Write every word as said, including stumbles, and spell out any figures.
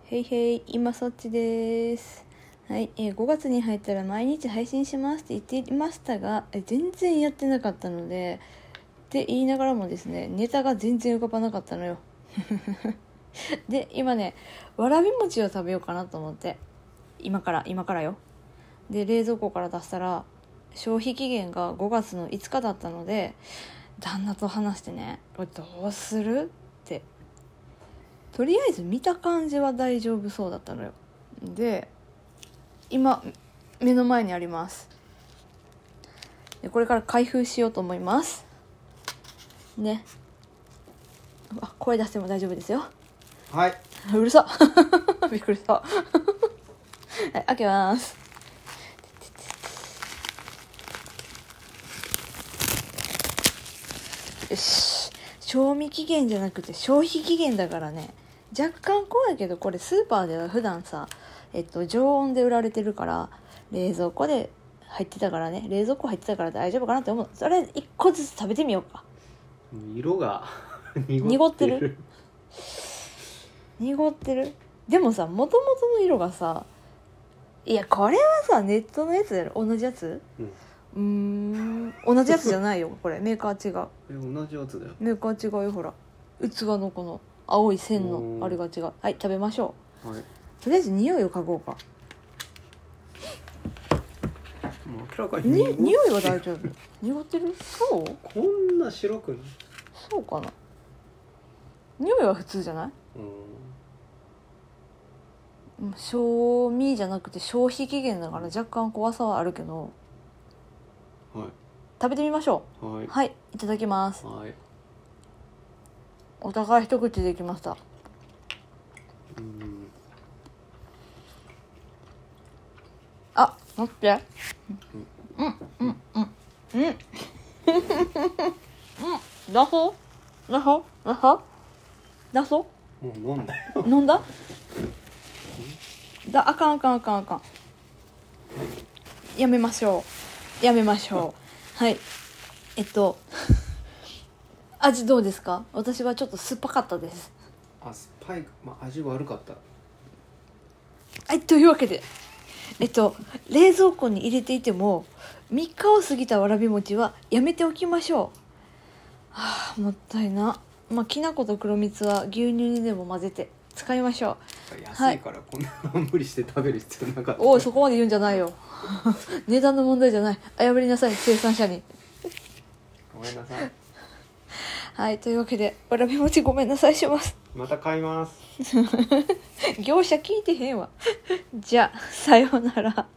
へいへい、今そっちです。はい、えー、ごがつに入ったら毎日配信しますって言っていましたが、え全然やってなかったのでって言いながらもですね、ネタが全然浮かばなかったのよで、今ね、わらび餅を食べようかなと思って、今から今からよ。で、冷蔵庫から出したら消費期限がごがつのいつかだったので、旦那と話してね、これどうするって、とりあえず見た感じは大丈夫そうだったのよ。で、今目の前にあります。で、これから開封しようと思いますね。あ、声出しても大丈夫ですよ。 はい。 うるさびっくりしたはい、開けます。よし、賞味期限じゃなくて消費期限だからね、若干怖いけど、これスーパーでは普段さ、えっと常温で売られてるから、冷蔵庫で入ってたからね、冷蔵庫入ってたから大丈夫かなって思う。それいっこずつ食べてみようか。 色が濁ってる濁ってる。でもさ、元々の色がさ、いやこれはさ、ネットのやつやろ。同じやつ、うんうーん同じやつじゃないよこれ。メーカー違う。 え同じやつだよ。 メーカー違うよ。ほら、器のこの青い線のあれが違う。はい、食べましょう。はい。 とりあえず匂いを嗅ごうか。 もう明らかにに匂いは大丈夫。濁ってる？そう？ こんな白くない？ そうかな。匂いは普通じゃない？うん。賞味じゃなくて消費期限だから若干怖さはあるけど。 はい。 食べてみましょう。はい。 はい、いただきます。 はい。 お互い一口できました。 うん。 あ、待って。うんうんうんうんうん。出そう出そう出そう出そもう飲んだよ。 う飲んだだ、あかんあかんあかんあかん。やめましょうやめましょうはい。えっと味どうですか？私はちょっと酸っぱかったです。 あ、スパイク、まあ、味悪かった。 はい、というわけで、えっと冷蔵庫に入れていてもみっかを過ぎたわらび餅はやめておきましょう。はあ、もったいな。まあ、きな粉と黒蜜は牛乳にでも混ぜて使いましょう。 安いからこんなの無理して食べる必要なかった。 おい、そこまで言うんじゃないよ値段の問題じゃない。謝りなさい、生産者に。 ごめんなさい。 はい、というわけでわらび餅ごめんなさいします。 また買います。 業者聞いてへんわじゃあさようなら。